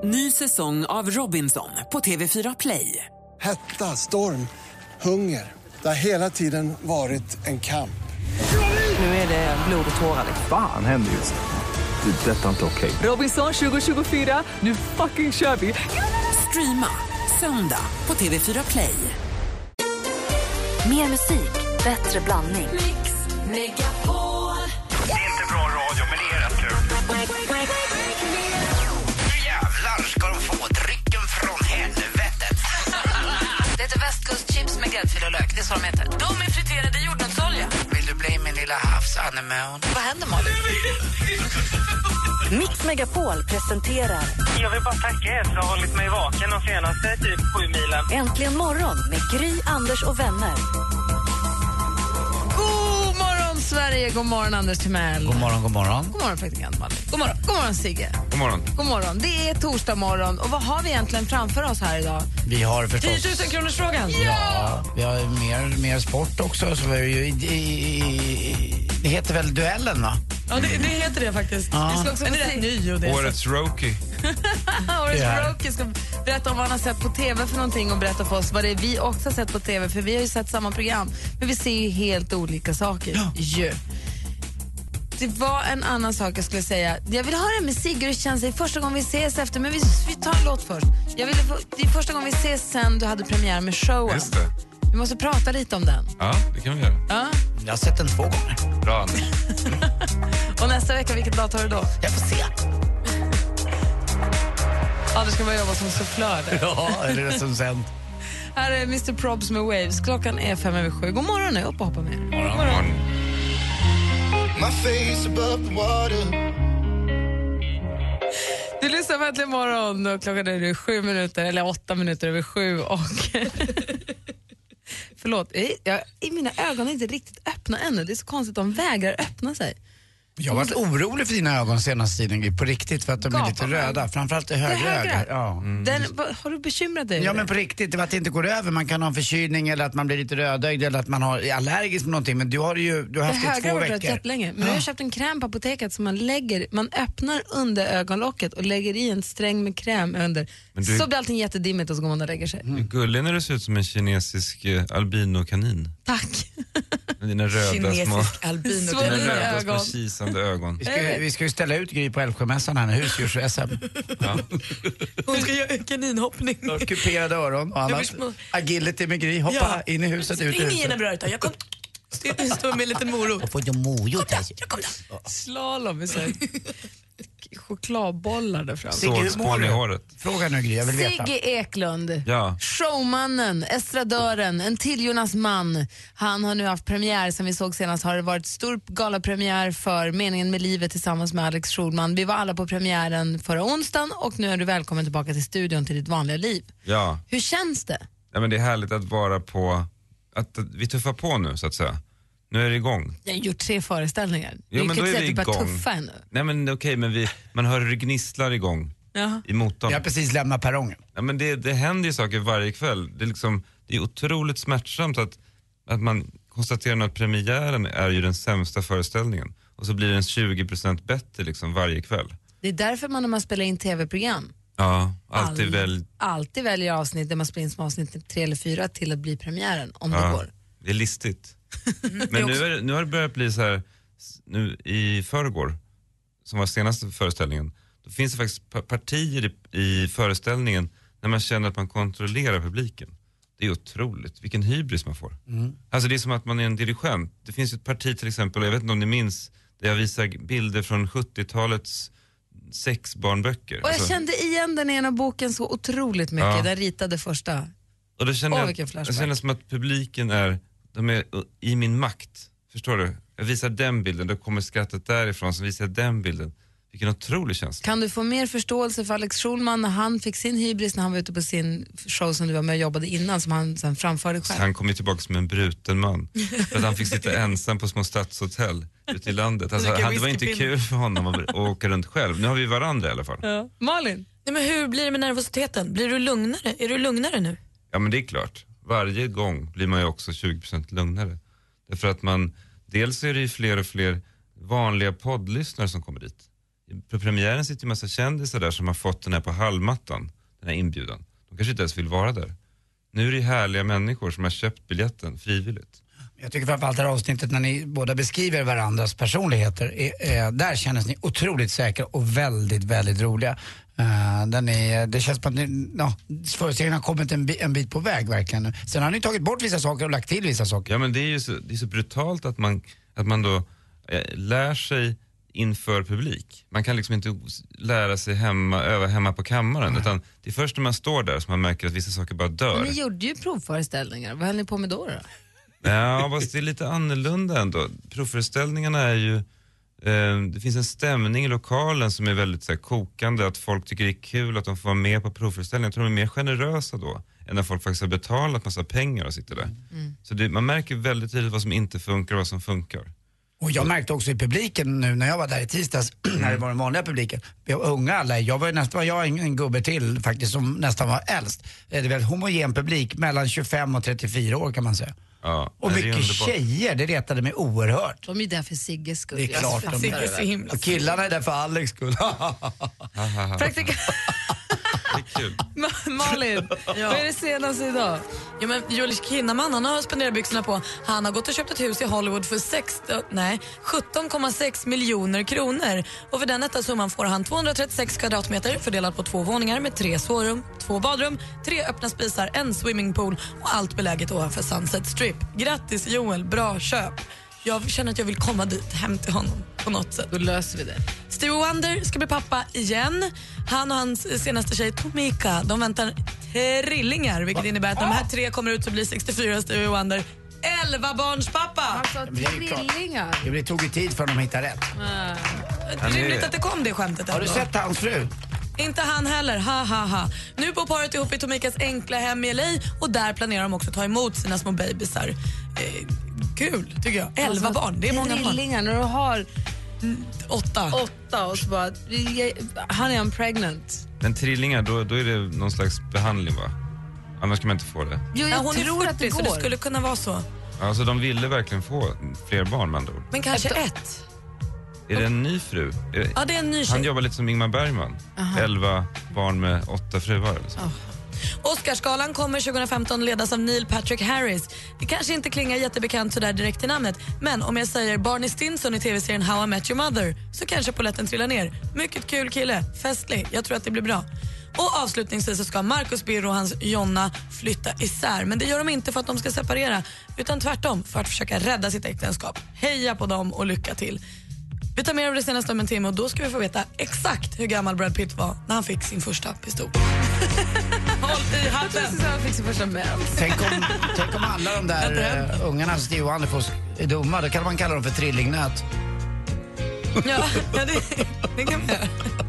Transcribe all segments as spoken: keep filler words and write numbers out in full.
Ny säsong av Robinson på T V fyra Play. Hetta, storm, hunger. Det har hela tiden varit en kamp. Nu är det blod och tårar. Fan händer just det. Det är detta inte okej. Robinson tjugo tjugofyra, nu fucking kör vi. Streama söndag på T V fyra Play. Mer musik, bättre blandning. Mix Megapol. Det är inte bra radio, men det är rätt kul. Nu jävlar ska de få drycken från helvetet. Det heter västkustchips med gräddfil och lök. Det är så de heter. De är friterade i jordnötsolja. Vill du bli min lilla havsanemon? Vad händer, Malin? Mix Megapol presenterar Jag vill bara tacka er för att ha hållit mig vaken de senaste typ sju milen. Äntligen morgon med Gry, Anders och vänner. God morgon, Sverige! God morgon, Anders Timell. God morgon, god morgon. God morgon, praktikant Malin. God morgon. God morgon, Sigge. God morgon. God morgon. Det är torsdag morgon. Och vad har vi egentligen framför oss här idag? Vi har förstås... tio tusen kronors frågan. Ja, vi har mer, mer sport också. Så vi är ju, i, i, det heter väl duellen, va? Ja, det, det heter det faktiskt. Ja. Vi ska också en rätt ny. Och det Årets Rookie. Årets Ja. Rookie ska berätta om vad han har sett på tv för någonting och berätta för oss vad det är vi också har sett på tv. För vi har ju sett samma program. Men vi ser ju helt olika saker. Ja. Ju. Det var en annan sak jag skulle säga. Jag vill höra med Sigge, det känns det är första gången vi ses efter. Men vi, vi tar en låt först. Jag ville, det är första gången vi ses sen du hade premiär med showen. Just det. Vi måste prata lite om den. Ja, det kan vi göra. Ja. Jag har sett den två gånger. Bra, Anders. Och nästa vecka, vilket datum har du då? Jag får se. Ja, du ska bara jobba som sufflör där. Ja, eller recensent. Här är mister Probs med Waves. Klockan är fem över sju. God morgon, nu upp och hoppa med. God morgon. morgon. My face above the water. Du lyssnar på Äntligen morgon och klockan är sju minuter, eller åtta minuter över sju och... Förlåt, jag, i mina ögon är inte riktigt öppna ännu. Det är så konstigt att de vägrar öppna sig. Jag har varit orolig för dina ögon senaste tiden, på riktigt, för att de är Gapa, lite röda. Framförallt det Det högra högra? ögat. Ja. Mm. Den, har du bekymrat dig? Ja, men på riktigt, det var att det inte går över. Man kan ha en förkylning eller att man blir lite rödögd eller att man har, är allergisk med någonting. Men du har ju du har Det haft det i högra två har varit veckor. jättelänge. Men nu har jag köpt en kräm på apoteket som man lägger, man öppnar under ögonlocket och lägger i en sträng med kräm under. Men du- Så blir allting jättedimmigt och så går man och lägger sig. Du är gullig när du ser ut som en kinesisk eh, albinokanin. Tack. Med dina röda små, albino. dina Svullna röda ögon. små kisande ögon. Vi ska, vi ska ju ställa ut Gry på Älvsjömässan här, husdjurs-S M. Ja. Hon ska göra kaninhoppning. Kuperade öron och annat. små- Agility med Gry, hoppa in i huset, ut i huset. bra utan jag kom. Det står med en liten morot. Och får du morot här. Slalom med så här chokladbollar där framme. Sigge, hur mår Sågspån i du? håret. Fråga nu Gry, jag vill veta. Sigge Eklund, Ja. showmannen, estradören, en tiljornas man. Han har nu haft premiär, som vi såg senast har det varit stor galapremiär för Meningen med livet tillsammans med Alex Schulman. Vi var alla på premiären förra onsdagen och nu är du välkommen tillbaka till studion till ditt vanliga liv. Ja. Hur känns det? Ja, men det är härligt att vara på, att att vi tuffar på nu så att säga. Nu är det igång. Jag har gjort tre föreställningar. Jo, vi men kan då inte är säga vi att du bara igång. tuffa ännu. Nej men okej, men vi, man hör hur det gnisslar igång Ja. i motorn. Jag har precis lämnat perrongen. Ja, men det, det händer ju saker varje kväll. Det är, liksom, det är otroligt smärtsamt att, att man konstaterar att premiären är ju den sämsta föreställningen. Och så blir den tjugo procent bättre liksom varje kväll. Det är därför man när man spelar in tv-program Ja, alltid all- väl. alltid väljer avsnitt där man spelar in som avsnitt tre eller fyra till att bli premiären, om det Ja, går. det är listigt. Men nu, är, det- nu har det börjat bli så här, s- nu i förrgår, som var senaste föreställningen, då finns det faktiskt pa- partier i, i föreställningen när man känner att man kontrollerar publiken. Det är otroligt, vilken hybris man får. Alltså det är som att man är en dirigent. Det finns ett parti till exempel, och jag vet inte om ni minns, där jag visar bilder från sjuttiotalets sexbarnböcker. Och jag Alltså- kände igen den ena boken så otroligt mycket, Ja. den ritade första. Och då känner Åh, jag, vilken jag flashback. känner som att publiken är, de är i min makt. Förstår du? Jag visar den bilden, då kommer skrattet därifrån, så visar jag den bilden. Vilken otrolig känsla. Kan du få mer förståelse för Alex Schulman när han fick sin hybris när han var ute på sin show som du var med och jobbade innan, som han sen framförde Så själv? han kom ju tillbaka som en bruten man. För att han fick sitta ensam på små stadshotell ute i landet. Alltså, han, det var inte kul för honom att att åka runt själv. Nu har vi varandra i alla fall. Ja. Malin? Nej, men hur blir det med nervositeten? Blir du lugnare? Är du lugnare nu? Ja, men det är klart. Varje gång blir man ju också tjugo procent lugnare. Därför att man, dels är det ju fler och fler vanliga poddlyssnare som kommer dit. På premiären sitter ju en massa kändisar där som har fått den här på halvmattan, den här inbjudan. De kanske inte ens vill vara där. Nu är det härliga människor som har köpt biljetten frivilligt. Jag tycker framförallt det här avsnittet när ni båda beskriver varandras personligheter, är, är, där känns ni otroligt säkra och väldigt, väldigt roliga. Uh, den är, det känns som att ni, ja, föreställningen har kommit en, en bit på väg verkligen. Sen har ni tagit bort vissa saker och lagt till vissa saker. Ja, men det är ju så, det är så brutalt att man, att man då eh, lär sig inför publik. Man kan liksom inte lära sig hemma, öva hemma på kammaren. Mm. Utan det är först när man står där som man märker att vissa saker bara dör. Men ni gjorde ju provföreställningar. Vad höll ni på med då då? Ja, fast det är lite annorlunda ändå. Provföreställningarna är ju... Eh, det finns en stämning i lokalen som är väldigt så här, kokande. Att folk tycker det är kul att de får vara med på provföreställningar. Jag tror de är mer generösa då. Än när folk faktiskt har betalat massa pengar och sitter där. Mm. Så det, man märker väldigt tydligt vad som inte funkar och vad som funkar. Och jag märkte också i publiken nu när jag var där i tisdags, när det var den vanliga publiken. Vi var unga alla, jag var nästan jag en, en gubbe till faktiskt som nästan var äldst. Det är väl homogen publik mellan tjugofem och trettiofyra år kan man säga. Ja, och mycket tjejer, det retade mig oerhört. De är där för Sigges skull. Det är klart de är så himla. Och killarna är där för Alex skull. Praktika. Det är kul. Malin, ja. Vad är det senaste idag? Ja, men Joel Kinnaman, han har spenderat byxorna på. Han har gått och köpt ett hus i Hollywood för sexton, nej, sjutton komma sex miljoner kronor. Och för den detta summan får han tvåhundratrettiosex kvadratmeter fördelat på två våningar med tre sovrum, två badrum, tre öppna spisar, en swimmingpool och allt beläget ovanför Sunset Strip. Grattis Joel, bra köp. Jag känner att jag vill komma dit, hem till honom på något sätt. Då löser vi det. Stevie Wonder ska bli pappa igen. Han och hans senaste tjej Tomika, de väntar trillingar, vilket innebär att när de här tre kommer ut så blir sextiofyra Stevie Wonder elva barns pappa. Alltså trillingar. Det blir tog ju tid för dem att hitta rätt. Mm. Det är rimligt att det kom det skämtet. Har du ändå. sett hans fru? Inte han heller, ha ha ha. Nu bor paret ihop i Tomikas enkla hem i L A och där planerar de också att ta emot sina små bebisar. Eh, kul, tycker jag. Elva alltså, barn, det är många barn. Trillingar, när du har mm, åtta. Åtta och så bara, honey I'm pregnant. Men trillingar, då, då är det någon slags behandling va? Annars kan man inte få det. Jo, jag ja, hon tror är att det går. Så det skulle kunna vara så. Alltså de ville verkligen få fler barn med andra ord. Men kanske ett. ett. Är det en ny fru? Det, ja, det är en ny tjej. Han jobbar lite som Ingmar Bergman. Aha. Elva barn med åtta fruar. Liksom. Oh. Oscarsgalan kommer tjugohundrafemton ledas av Neil Patrick Harris. Det kanske inte klingar jättebekant sådär direkt i namnet, men om jag säger Barney Stinson i tv-serien How I Met Your Mother så kanske polletten trillar ner. Mycket kul kille, festlig. Jag tror att det blir bra. Och avslutningsvis så ska Marcus Birro och hans Jonna flytta isär. Men det gör de inte för att de ska separera, utan tvärtom för att försöka rädda sitt äktenskap. Heja på dem och lycka till. Vi tar mer av det senaste om en timme och då ska vi få veta exakt hur gammal Brad Pitt var när han fick sin första pistol. Håll i hatten! Han fick sin första män. Tänk om, tänk om alla de där uh, ungarna som Steve Wonder är dumma, då kan man kalla dem för trillingnöt. Ja, ja det, det kan man göra.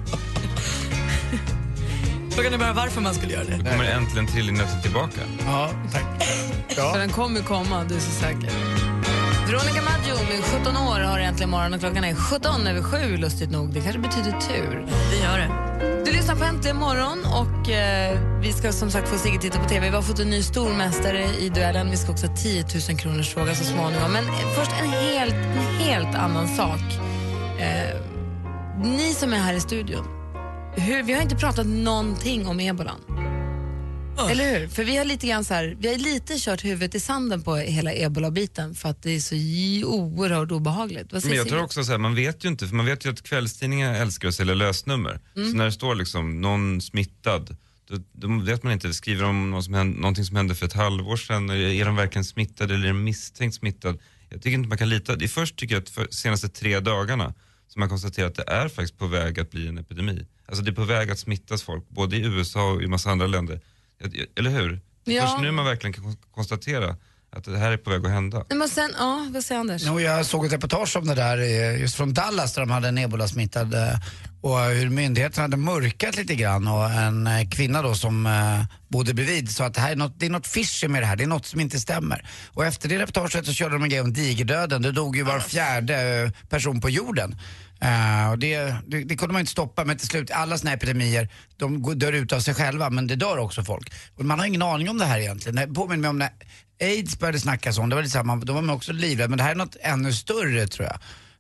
Frågan är bara varför man skulle göra det. Då kommer äntligen trillingnöten tillbaka. Ja, tack. Ja. För den kommer komma, du är så säker. Veronica Maggio med sjutton år har egentligen morgon och klockan är sjutton över sju, lustigt nog. Det kanske betyder tur. Det gör det. Du lyssnar på Äntligen morgon och eh, vi ska som sagt få Sigge titta på tv. Vi har fått en ny stormästare i duellen. Vi ska också ha tio tusen kronors fråga så småningom. Men först en helt, en helt annan sak. Eh, ni som är här i studion, hur, vi har inte pratat någonting om ebolan. Oh. Eller hur? För vi har lite grann så här, vi har lite kört huvudet i sanden på hela ebola-biten för att det är så oerhört obehagligt. Vad Men jag tror också så här, man vet ju inte, för man vet ju att kvällstidningar älskar att sälja lösnummer. Mm. Så när det står liksom någon smittad, då, då vet man inte, skriver de något som hände, någonting som hände för ett halvår sedan, är de verkligen smittade eller är de misstänkt smittad? Jag tycker inte man kan lita. Det är först tycker jag att för senaste tre dagarna som man konstaterar att det är faktiskt på väg att bli en epidemi. Alltså det är på väg att smittas folk, både i U S A och i massa andra länder. Eller hur? Ja. Först nu man verkligen kan konstatera att det här är på väg att hända. Men sen, ja, vad säger Anders? No, jag såg ett reportage om det där just från Dallas där de hade en ebola-smittad och hur myndigheterna hade mörkat lite grann och en kvinna då som uh, bodde bredvid sa att det här är något, det är något fishy med det här, det är något som inte stämmer. Och efter det reportaget så körde de en grej om digerdöden, det dog ju var fjärde person på jorden. Uh, och det, det, det kunde man inte stoppa, men till slut alla såna epidemier de dör ut av sig själva, men det dör också folk. Och man har ingen aning om det här egentligen. Det påminner mig om när AIDS började snackas om, det var lite samma, de var också livrädda, men det här är något ännu större tror jag.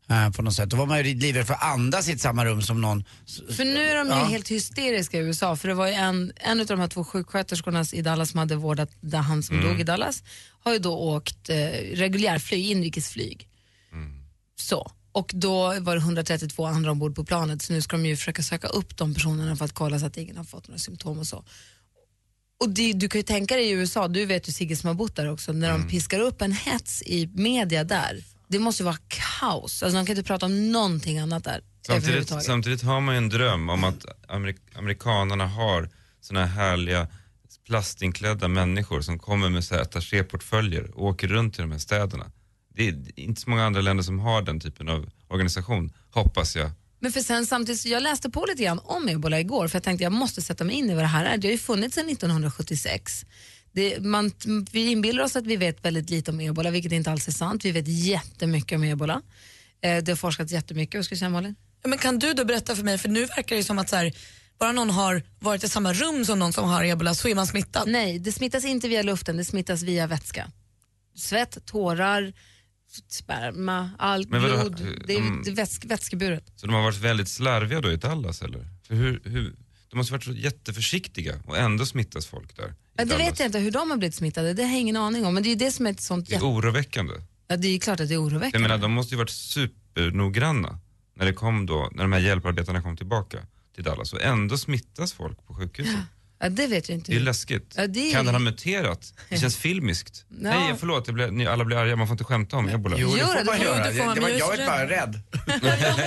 Uh, på något sätt. Då var man ju livrädd för att andas i ett samma rum som någon. För nu är de ju ja. helt hysteriska i U S A. För det var ju en, en av de här två sjuksköterskorna i Dallas som hade vårdat där han som Mm. dog i Dallas. Har ju då åkt eh, reguljärflyg, inrikesflyg. Mm. Så. Och då var det hundratrettiotvå andra ombord på planet. Så nu ska de ju försöka söka upp de personerna för att kolla så att ingen har fått några symptom och så. Och det, du kan ju tänka dig i U S A, du vet ju Sigge som har bott där också, när Mm. de piskar upp en hets i media där. Det måste ju vara kaos. Alltså de kan inte prata om någonting annat där. Samtidigt, samtidigt har man ju en dröm om att amerik- amerikanerna har såna här härliga plastinklädda människor som kommer med så här attachéportföljer och åker runt till de här städerna. Det är inte så många andra länder som har den typen av organisation, hoppas jag. Men för sen samtidigt, jag läste på lite grann om ebola igår för jag tänkte jag måste sätta mig in i vad det här är. Det har ju funnits sedan nittonhundrasjuttiosex. Det, man, vi inbillar oss att vi vet väldigt lite om ebola, vilket inte alls är sant. Vi vet jättemycket om ebola. Eh, det har forskats jättemycket. Vad ska du säga, Malin? Ja, men kan du då berätta för mig, för nu verkar det som att så här, bara någon har varit i samma rum som någon som har ebola så är man smittad. Nej, det smittas inte via luften, det smittas via vätska. Svett, tårar, sperma, allt, Men vadå, blod. Det är, de- det är vätsk, vätskeburet. Så de har varit väldigt slarviga då i Dallas eller? För hur, hur, de måste varit så jätteförsiktiga och ändå smittas folk där. Ja, det vet jag inte hur de har blivit smittade, det har jag ingen aning om. Men det är ju det som är ett sånt... Det är oroväckande. Ja, det är ju klart att det är Jag oroväckande. menar, de måste ju varit supernoggranna när det kom då, när de här hjälparbetarna kom tillbaka till Dallas och ändå smittas folk på sjukhuset. Ja, det vet jag inte. Det är ju läskigt. Ja, det är- Kan den ha muterat? Det känns filmiskt. Ja. Nej, förlåt, jag blir, ni alla blir arga, man får inte skämta om ebola. Jo, det Jo, får det man får- göra. det får man, Det var, men jag just är bara rädd. Ja,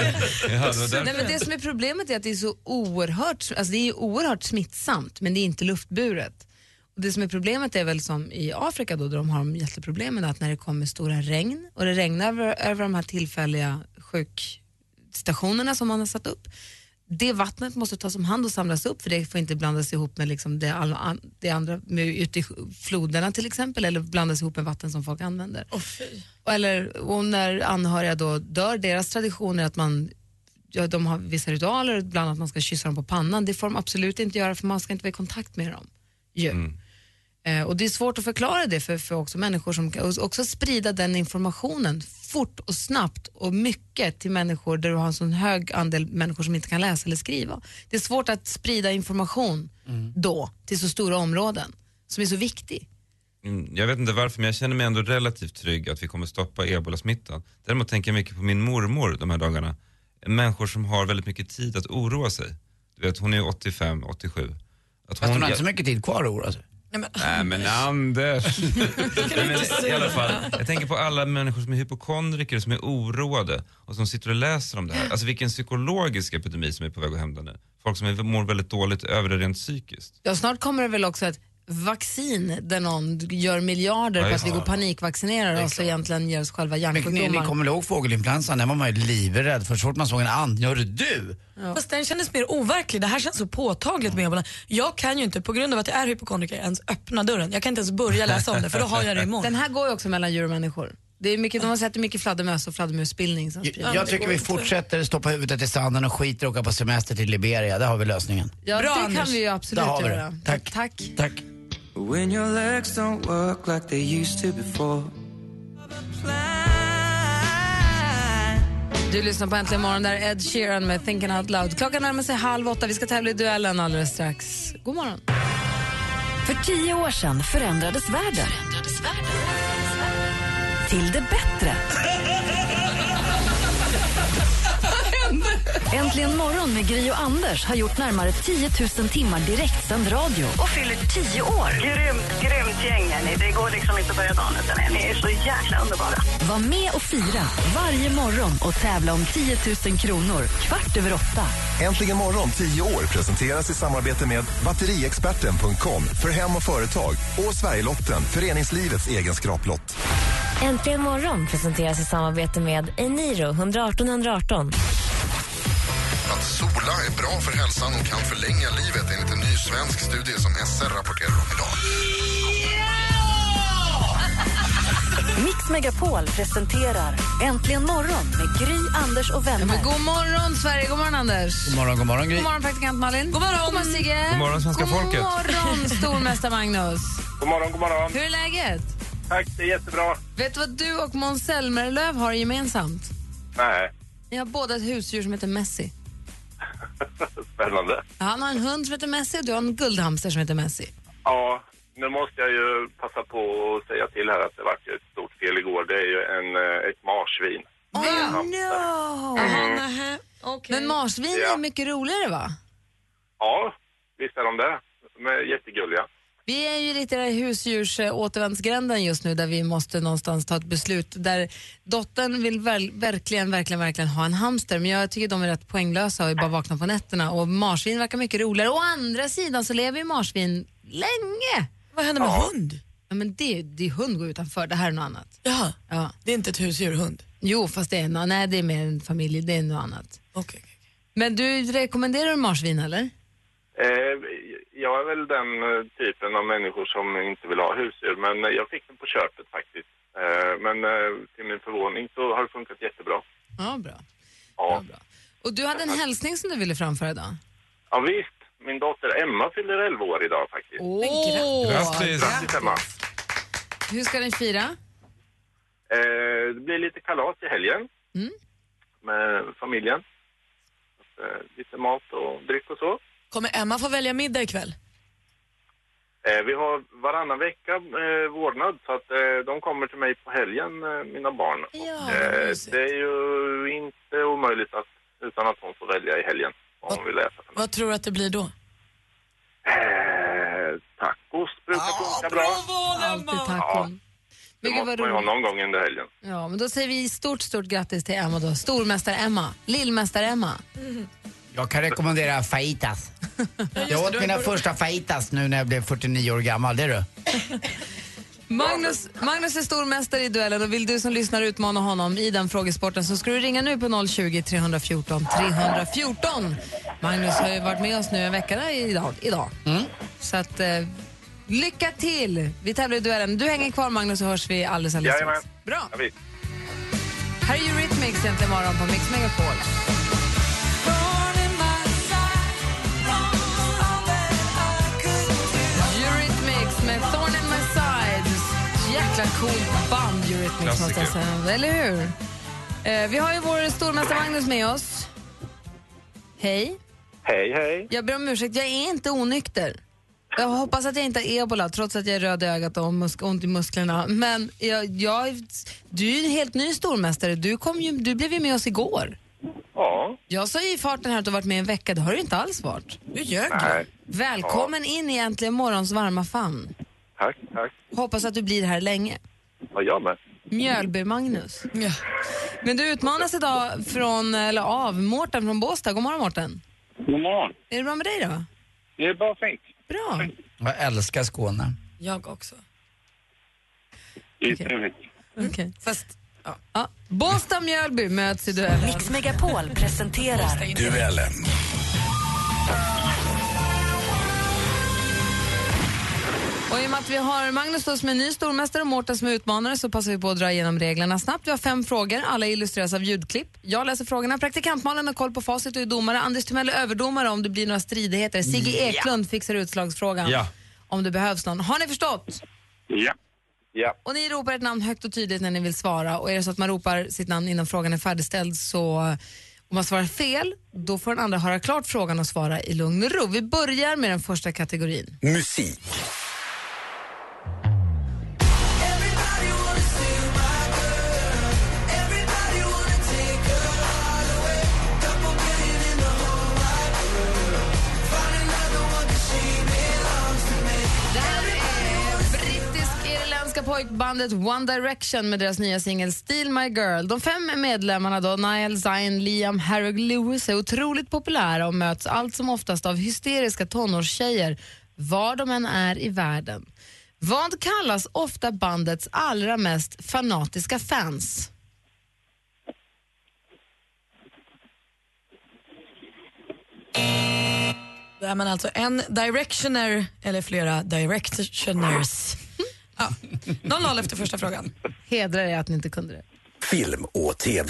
det var därför. Nej, men det som är problemet är att det är så oerhört, alltså det är ju oerhört smittsamt men det är inte luftburet. Och det som är problemet är väl som i Afrika då, där de har de jätteproblemen att när det kommer stora regn och det regnar över, över de här tillfälliga sjukstationerna som man har satt upp. Det vattnet måste tas om hand och samlas upp för det får inte blandas ihop med liksom det, all, an, det andra med, ute i floderna till exempel eller blandas ihop med vatten som folk använder. Oh, fy. Och Eller och när anhöriga då dör, deras tradition är att man, ja, de har vissa ritualer, bland annat att man ska kyssa dem på pannan. Det får de absolut inte göra för man ska inte vara i kontakt med dem. Ja. Mm. Eh, och det är svårt att förklara det för, för också människor som kan och också sprida den informationen fort och snabbt och mycket till människor där du har en sån hög andel människor som inte kan läsa eller skriva. Det är svårt att sprida information Mm. då till så stora områden som är så viktig. Mm, Jag vet inte varför, men jag känner mig ändå relativt trygg att vi kommer stoppa ebola-smittan. Däremot tänker jag mycket på min mormor de här dagarna. Människor som har väldigt mycket tid att oroa sig. Du vet, hon är åttiofem, åttiosju. Att Fast hon har inte så mycket tid kvar att oroa sig. Nej, men, Nej men Anders. Nej, men, i alla fall, jag tänker på alla människor som är hypokondriker, som är oroade och som sitter och läser om det här. Alltså vilken psykologisk epidemi som är på väg att hända nu. Folk som är, mår väldigt dåligt över det rent psykiskt. Ja, snart kommer det väl också ett vaccin där någon gör miljarder Ja, på att vi ja. går panikvaccinerar oss och egentligen ger oss själva Men ni, ni hjärnsjukdomar. kommer ihåg fågelinfluensan? Den var man ju livrädd för. Så fort man såg en and, gör det du? Fast den kändes mer overklig. Det här känns så påtagligt med ebola. Jag kan ju inte, på grund av att jag är hypokondriker, ens öppna dörren. Jag kan inte ens börja läsa om det för då har jag det imorgon. Den här går ju också mellan djur och människor. Det är mycket, de har sett mycket fladdermöss och fladdermusspillning som sprider. Jag, jag tycker vi fortsätter stoppa huvudet i sanden och skiter och åka på semester till Liberia. Där har vi lösningen. Ja, Bra, det Anders. kan vi ju absolut Där har vi det. göra. Tack. Tack. Tack. When your legs don't work like they used to before. Du lyssnar på Äntligen morgon där Ed Sheeran med Thinking Out Loud. Klockan närmar sig halv åtta. Vi ska tävla i duellen alldeles strax. God morgon. För tio år sedan förändrades världen. Till det bättre. Äntligen morgon med Gry och Anders har gjort närmare tio tusen timmar direktsänd radio och fyller tio år. Grymt, grymt gäng är ni. Det går liksom inte att börja dagen utan ni är så jäkla underbara. Var med och fira varje morgon och tävla om tio tusen kronor kvart över åtta. Äntligen morgon tio år presenteras i samarbete med batteriexperten punkt com för hem och företag och Sverigelotten, föreningslivets egen skraplott. Äntligen morgon presenteras i samarbete med Eniro ett ett åtta ett ett åtta. Att sola är bra för hälsan och kan förlänga livet enligt en ny svensk studie som S R rapporterar om idag. Mix Megapol presenterar Äntligen morgon med Gry, Anders och vänner. Ja, men god morgon Sverige, god morgon Anders. God morgon, god morgon Gry. God morgon praktikant Malin. God morgon. God morgon Sigge. God morgon svenska god folket. God morgon stormästare Magnus. God morgon, god morgon. Hur är läget? Tack, det är jättebra. Vet du vad du och Måns Zelmerlöw har gemensamt? Nej. Ni har båda ett husdjur som heter Messi. Spännande. Han har en hund som heter Messi och du har en guldhamster som heter Messi. Ja, nu måste jag ju passa på att säga till här att det var ett stort fel igår. Det är ju en, ett marsvin. Oh no! Mm. Okay. Men marsvin Ja. är mycket roligare, va? Ja, visst är de det. De är jättegulliga. Vi är ju lite i husdjurs äh, återvändsgränden just nu där vi måste någonstans ta ett beslut. Där dottern vill väl, verkligen, verkligen, verkligen ha en hamster. Men jag tycker de är rätt poänglösa och bara vakna på nätterna. Och marsvin verkar mycket roligare. Å andra sidan så lever ju marsvin länge. Vad händer med ja. hund? Ja, men det, det är hund går utanför. Det här är något annat. Jaha, ja. Det är inte ett husdjur, hund? Jo, fast det är, no, nej, det är mer en familj. Det är något annat. Okay, okay. Men du rekommenderar du marsvin, eller? Eh, jag är väl den typen av människor som inte vill ha husdjur, men jag fick den på köpet faktiskt. Eh, men eh, till min förvåning så har det funkat jättebra. Ja, bra. Ja. Bra, bra. Och du hade en hälsning som du ville framföra idag? Ja visst, min dotter Emma fyller elva år idag faktiskt. Åh, grattis! Grattis Emma! Hur ska ni fira? Eh, det blir lite kalas i helgen mm. med familjen. Eh, lite mat och dryck och så. Kommer Emma få välja middag ikväll? Eh, vi har varannan vecka eh, vårdnad så att eh, de kommer till mig på helgen, eh, mina barn. Ja, eh, det är ju inte omöjligt att, utan att hon får välja i helgen om hon vill äta. Vad tror du att det blir då? Eh, tacos brukar ah, funka bra. Alltid tacon. Ja, det måste man ju ha någon gång under helgen. Ja, men då säger vi stort, stort grattis till Emma då. Stormästare Emma, lillmästare Emma. Mm. Jag kan rekommendera fajitas. Jag åt mina första fajitas nu när jag blev fyrtionio år gammal, det är du. Magnus, Magnus är stormästare i duellen och vill du som lyssnar utmana honom i den frågesporten så ska du ringa nu på noll tjugo, tre fjorton, tre fjorton. Magnus har ju varit med oss nu en vecka idag. idag. Mm. Så att, eh, lycka till! Vi tävlar i duellen. Du hänger kvar Magnus och hörs vi alldeles alldeles. Jajamän. Bra. Jag vet. Här är Eurythmics egentligen morgon på Mix Megapol. Eurythmics med Thorn in my side. Jäkla coolt band Eurythmics måste jag säga. Eller hur? Eh, vi har ju vår stormästare Magnus med oss. Hej. Hej, hej. Jag ber om ursäkt, jag är inte onykter. Jag hoppas att jag inte har ebola trots att jag är röd i ögat och musk- ont i musklerna. Men jag, jag, du är ju en helt ny stormästare. Du, kom ju, du blev ju med oss igår. Ja. Jag sa ju i farten här att du har varit med en vecka. Det har du inte alls varit. Du ljög. Välkommen ja. in i Äntligen morgons varma famn. Tack, tack. Hoppas att du blir här länge. Ja, jag med. Mjölby-Magnus. Ja. Men du utmanas idag från, eller av Mårten från Båstad. God morgon Mårten. God morgon. Är det bra med dig då? Det är bara fint. Bra. Jag älskar Skåne. Jag också. Det är trevligt. Okej. Okay. Fast, ja. ja. Båstad Mjölby möts i duellen. Mix Megapol presenterar Duellen. Och i och med att vi har Magnus då som är ny stormästare och Mårten som är utmanare så passar vi på att dra igenom reglerna snabbt. Vi har fem frågor, alla illustreras av ljudklipp. Jag läser frågorna, praktikantmalen har koll på facit och är domare. Anders Timell är överdomare om det blir några stridigheter. Sigge ja. Eklund fixar utslagsfrågan ja. om det behövs någon. Har ni förstått? Ja. Ja. Och ni ropar ett namn högt och tydligt när ni vill svara. Och är det så att man ropar sitt namn innan frågan är färdigställd så om man svarar fel, då får den andra höra klart frågan och svara i lugn och ro. Vi börjar med den första kategorin. Musik. Pojkbandet One Direction med deras nya singel Steal My Girl. De fem medlemmarna då, Niall, Zion, Liam, Harry och Lewis är otroligt populära och möts allt som oftast av hysteriska tonårstjejer var de än är i världen. Vad kallas ofta bandets allra mest fanatiska fans? Då är man alltså en directioner eller flera directioners. Ja. noll noll efter första frågan. Hedrar er att ni inte kunde det. Film och tv.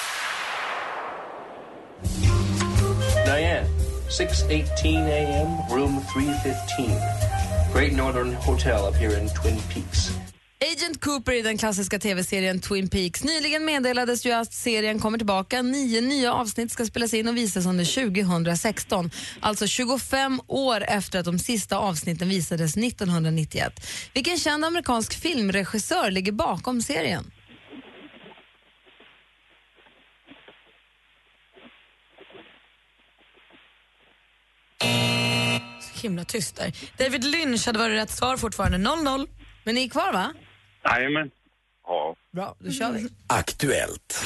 Diane, six eighteen a.m., room three fifteen. Great Northern Hotel up here in Twin Peaks. Agent Cooper i den klassiska tv-serien Twin Peaks. Nyligen meddelades ju att serien kommer tillbaka. Nio nya avsnitt ska spelas in och visas under tjugohundrasexton. Alltså tjugofem år efter att de sista avsnitten visades nittonhundranittioett. Vilken känd amerikansk filmregissör ligger bakom serien? Så himla tyst där. David Lynch hade varit rätt svar, fortfarande noll noll. Men ni är kvar, va? Jajamän. Ja. Bra, då kör vi. Aktuellt.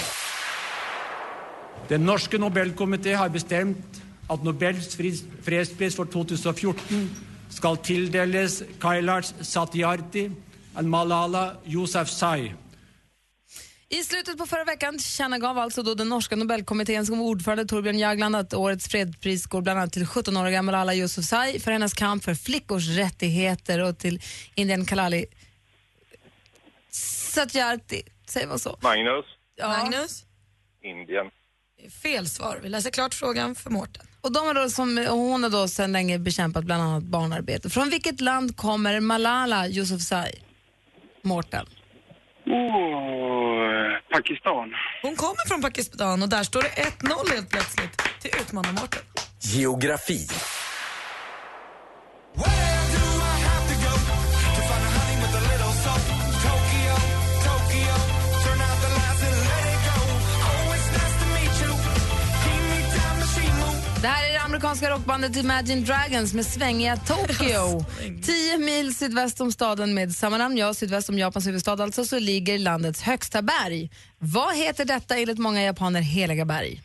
Den norske Nobelkomité har bestämt att Nobels fredspris för tjugohundrafjorton ska tilldelas Kailash Satyarthi och Malala Yousafzai. I slutet på förra veckan tillkännagav alltså då den norska Nobelkommittén som ordförande Torbjörn Jagland att årets fredspris går bland annat till sjutton-åriga Malala Yousafzai för hennes kamp för flickors rättigheter och till Indian Kalali Satyarthi. Säger man så? Magnus. Ja. Magnus? Indien. Fel svar. Vi läser klart frågan för Mårten. Och, de har då som, och hon har då sedan länge bekämpat bland annat barnarbete. Från vilket land kommer Malala Yousafzai? Mårten. Oh, Pakistan. Hon kommer från Pakistan och där står det ett noll helt plötsligt till utmanar Mårten. Geografi. Det här är det amerikanska rockbandet Imagine Dragons med svängiga Tokyo. Tio mil sydväst om staden med samma namn, ja, sydväst om Japans huvudstad alltså, så ligger landets högsta berg. Vad heter detta enligt många japaner heliga berg?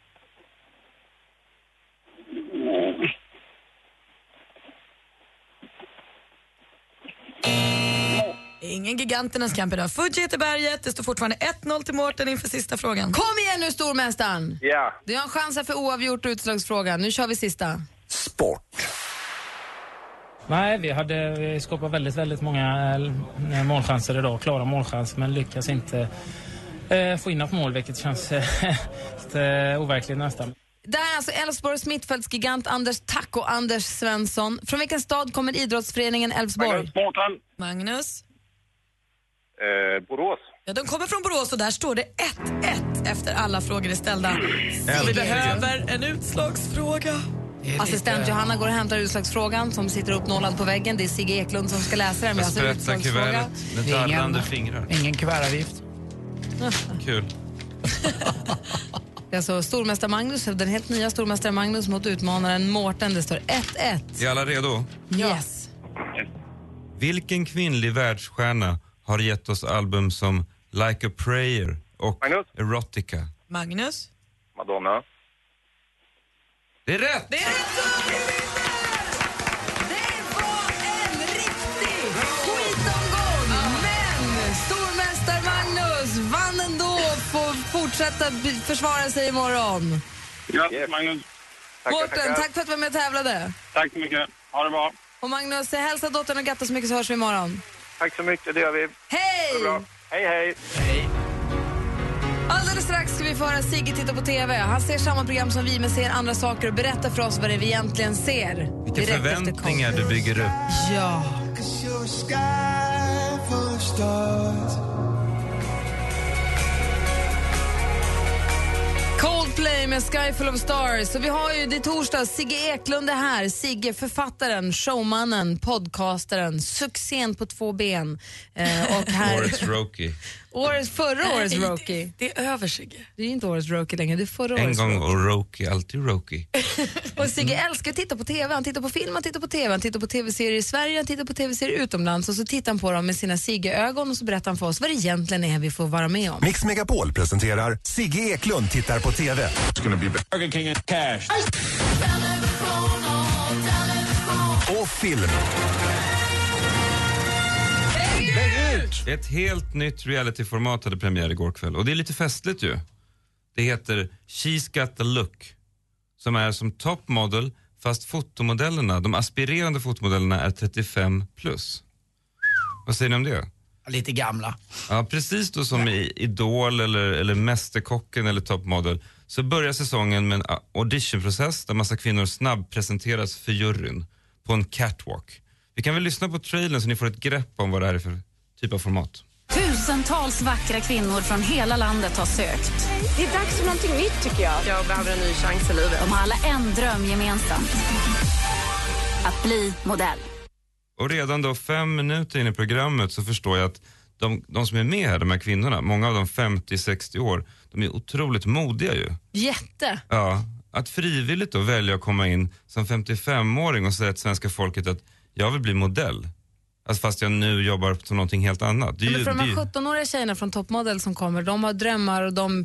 Ingen giganternas kamp idag. Fuji heter berget. Det står fortfarande ett noll till Mårten inför sista frågan. Kom igen nu, stormästaren! Ja. Yeah. Du har en chans här för oavgjort utslagsfrågan. Nu kör vi sista. Sport. Nej, vi hade vi skapat väldigt, väldigt många äh, målchanser idag. Klara målchanser, men lyckas inte äh, få in något mål, vilket känns äh, äh, overkligt nästan. Det är alltså Elfsborgs mittfältsgigant Anders Tack och Anders Svensson. Från vilken stad kommer idrottsföreningen Elfsborg? Magnus. Mårten. Magnus. Eh, Borås. Ja, de kommer från Borås och där står det ett ett efter alla frågor är ställda. Så vi behöver en utslagsfråga. Assistent Johanna går och hämtar utslagsfrågan som sitter uppnålad på väggen. Det är Sigge Eklund som ska läsa den. Jag sprättar kuvertet med darrande fingrar. Ingen kuvertavgift. Kul. Det är alltså stormästare Magnus, den helt nya stormästare Magnus mot utmanaren Mårten. Det står ett ett. Är alla redo? Yes. Vilken kvinnlig världsstjärna har gett oss album som Like a Prayer och Magnus. Erotica? Magnus. Madonna. Det är rätt! Det är rätt! Det var en riktig skitomgång! Men stormästare Magnus vann ändå, får fortsätta b- försvara sig imorgon. Grattis, Magnus. Mårten, tack för att du var med och tävlade. Tack så mycket. Ha det bra. Och Magnus, hälsa dottern och gatta så mycket så hörs vi imorgon. Tack så mycket, det gör vi. Hej! Ha det bra. Hej, hej. Hej. Alldeles strax ska vi få höra Sigge titta på T V. Han ser samma program som vi, men ser andra saker och berättar för oss vad det är vi egentligen ser. Vilka förväntningar du bygger upp. Ja. Coldplay med Sky Full of Stars. Så vi har ju, det är torsdag, Sigge Eklund är här. Sigge, författaren, showmannen, podcastaren, succén på två ben. Eh, och här... Årets Rocky. Årets, förra årets Rocky. Det, det är över, Sigge. Det är inte årets Rocky längre, det är förra En årets gång Rocky. och Rocky, alltid Rocky. Och Sigge älskar att titta på T V. Han tittar på film, han tittar på T V, han tittar på tv-serier i Sverige, han tittar på tv-serier utomlands. Och så tittar han på dem med sina Sigge-ögon och så berättar han för oss vad det egentligen är vi får vara med om. Mix Megapol presenterar Sigge Eklund tittar på T V. It's gonna be Burger King and cash. Och film. Ett helt nytt realityformat hade premiär igår kväll. Och det är lite festligt ju. Det heter She's Got the Look. Som är som toppmodel, fast fotomodellerna, de aspirerande fotomodellerna är trettiofem plus. Vad säger ni om det? Lite gamla. Ja, precis då som i Idol eller, eller Mästerkocken eller toppmodel, så börjar säsongen med en auditionprocess där massa kvinnor snabbpresenteras för juryn på en catwalk. Vi kan väl lyssna på trailern så ni får ett grepp om vad det här är för typ av format. Tusentals vackra kvinnor från hela landet har sökt. Det är dags för någonting nytt tycker jag. Jag behöver en ny chans i livet. De har alla en dröm gemensamt. Att bli modell. Och redan då fem minuter in i programmet så förstår jag att de, de som är med här, de här kvinnorna, många av dem femtio sextio år, de är otroligt modiga ju. Jätte. Ja, att frivilligt då välja att komma in som femtiofemåring och säga till svenska folket att jag vill bli modell. Alltså fast jag nu jobbar som någonting helt annat. Det är ja, men ju, för de här det är... sjuttonåriga tjejerna från Toppmodell som kommer, de har drömmar och de...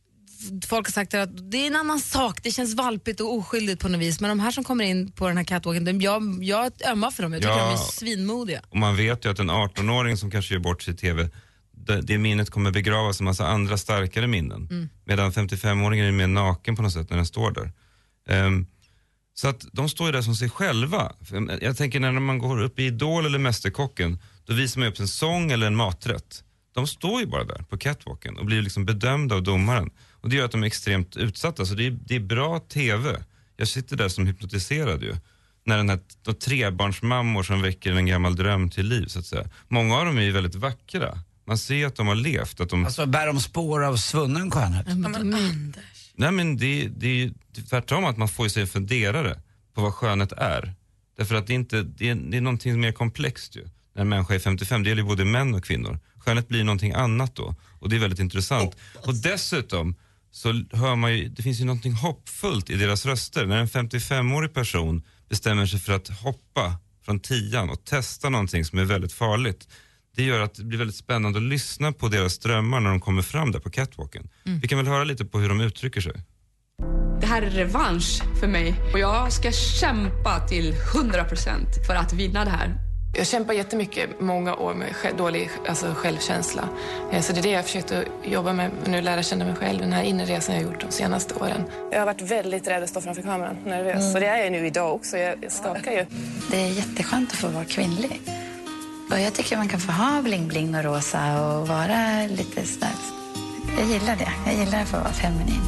Folk har sagt att det är en annan sak, det känns valpigt och oskyldigt på något vis. Men de här som kommer in på den här catwalken, de, jag, jag ömmar för dem, jag tycker ja, de är svinmodiga. Och man vet ju att en artonåring som kanske gör bort sig i tv, det, det minnet kommer begravas en massa andra starkare minnen. Mm. Medan femtiofemåringen är mer naken på något sätt när den står där. Um, så att de står ju där som sig själva. Jag tänker när man går upp i Idol eller Mästerkocken, då visar man upp en sång eller en maträtt. De står ju bara där på catwalken och blir liksom bedömda av domaren. Och det gör att de är extremt utsatta. Så det är, det är bra tv. Jag sitter där som hypnotiserad ju. När den här de trebarnsmammor som väcker en gammal dröm till liv så att säga. Många av dem är ju väldigt vackra. Man ser att de har levt. Att de... Alltså bär de spår av svunnen skönhet? Ja, men, men Anders. Nej men det, det är ju tvärtom att man får sig en funderare på vad skönhet är. Därför att det är, inte, det är, det är någonting mer komplext ju. När en människa är femtiofem, det gäller ju både män och kvinnor. Skönhet blir någonting annat då. Och det är väldigt intressant. Och dessutom så hör man ju, det finns ju någonting hoppfullt i deras röster. När en femtiofemårig person bestämmer sig för att hoppa från tian och testa någonting som är väldigt farligt. Det gör att det blir väldigt spännande att lyssna på deras drömmar när de kommer fram där på catwalken. Mm. Vi kan väl höra lite på hur de uttrycker sig. Det här är revansch för mig och jag ska kämpa till hundra procent för att vinna det här. Jag kämpar jättemycket, många år med själv, dålig alltså självkänsla. Så det är det jag försökt att jobba med, nu lära känna mig själv, den här inre resan jag gjort de senaste åren. Jag har varit väldigt rädd att stå framför kameran, nervös. Mm. Så det är jag nu idag också, jag skakar ju. Det är jätteskönt att få vara kvinnlig. Och jag tycker man kan få ha bling-bling och rosa och vara lite snäll. Jag gillar det, jag gillar att få vara feminin.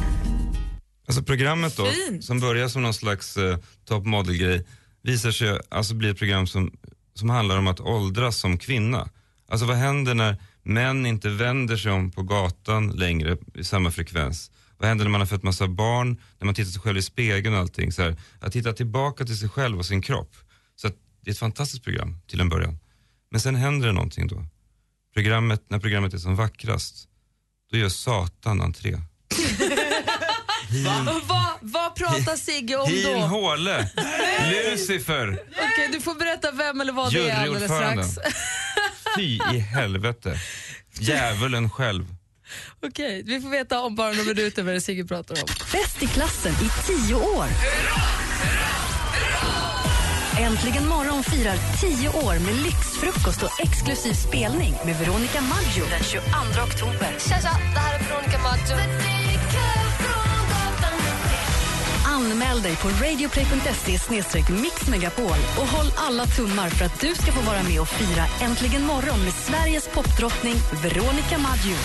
Alltså programmet då, Fint. som börjar som någon slags uh, top model-grej, visar sig alltså bli ett program som som handlar om att åldras som kvinna. Alltså vad händer när män inte vänder sig om på gatan längre i samma frekvens? Vad händer när man har fått massa barn, när man tittar sig själv i spegeln och allting så här, att titta tillbaka till sig själv och sin kropp. Så att det är ett fantastiskt program till en början. Men sen händer det någonting då. Programmet, när programmet är som vackrast, då gör Satan entré. Va? Va? Vad pratar Sigge om då? Hin Håle, Lucifer. Okej, okay, du får berätta vem eller vad det är alldeles strax. Fy i helvete. Djävulen själv. Okej, okay, vi får veta om bara några minuter vad det Sigge pratar om. Bäst i klassen i tio år. Äntligen morgon firar tio år med lyxfrukost och exklusiv spelning med Veronica Maggio den tjugoandra oktober. Tja, tja, det här är Veronica Maggio. Anmäl dig på radioplay punkt se slash mixmegapol och håll alla tummar för att du ska få vara med och fira Äntligen morgon med Sveriges popdrottning Veronica Maggio.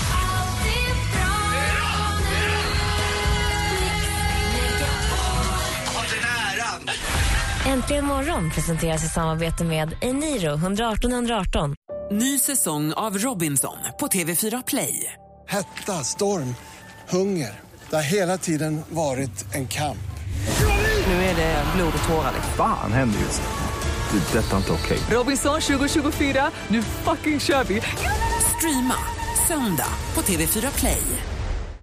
Äntligen morgon presenteras i samarbete med Eniro ett ett åtta ett åtta. Ny säsong av Robinson på T V fyra Play. Hetta, storm, hunger. Det har hela tiden varit en kamp. Nu är det blod och tårar. Fan händer just det. Det är detta inte okej. Robinson tjugo tjugofyra, nu fucking kör vi. Streama söndag på T V fyra Play.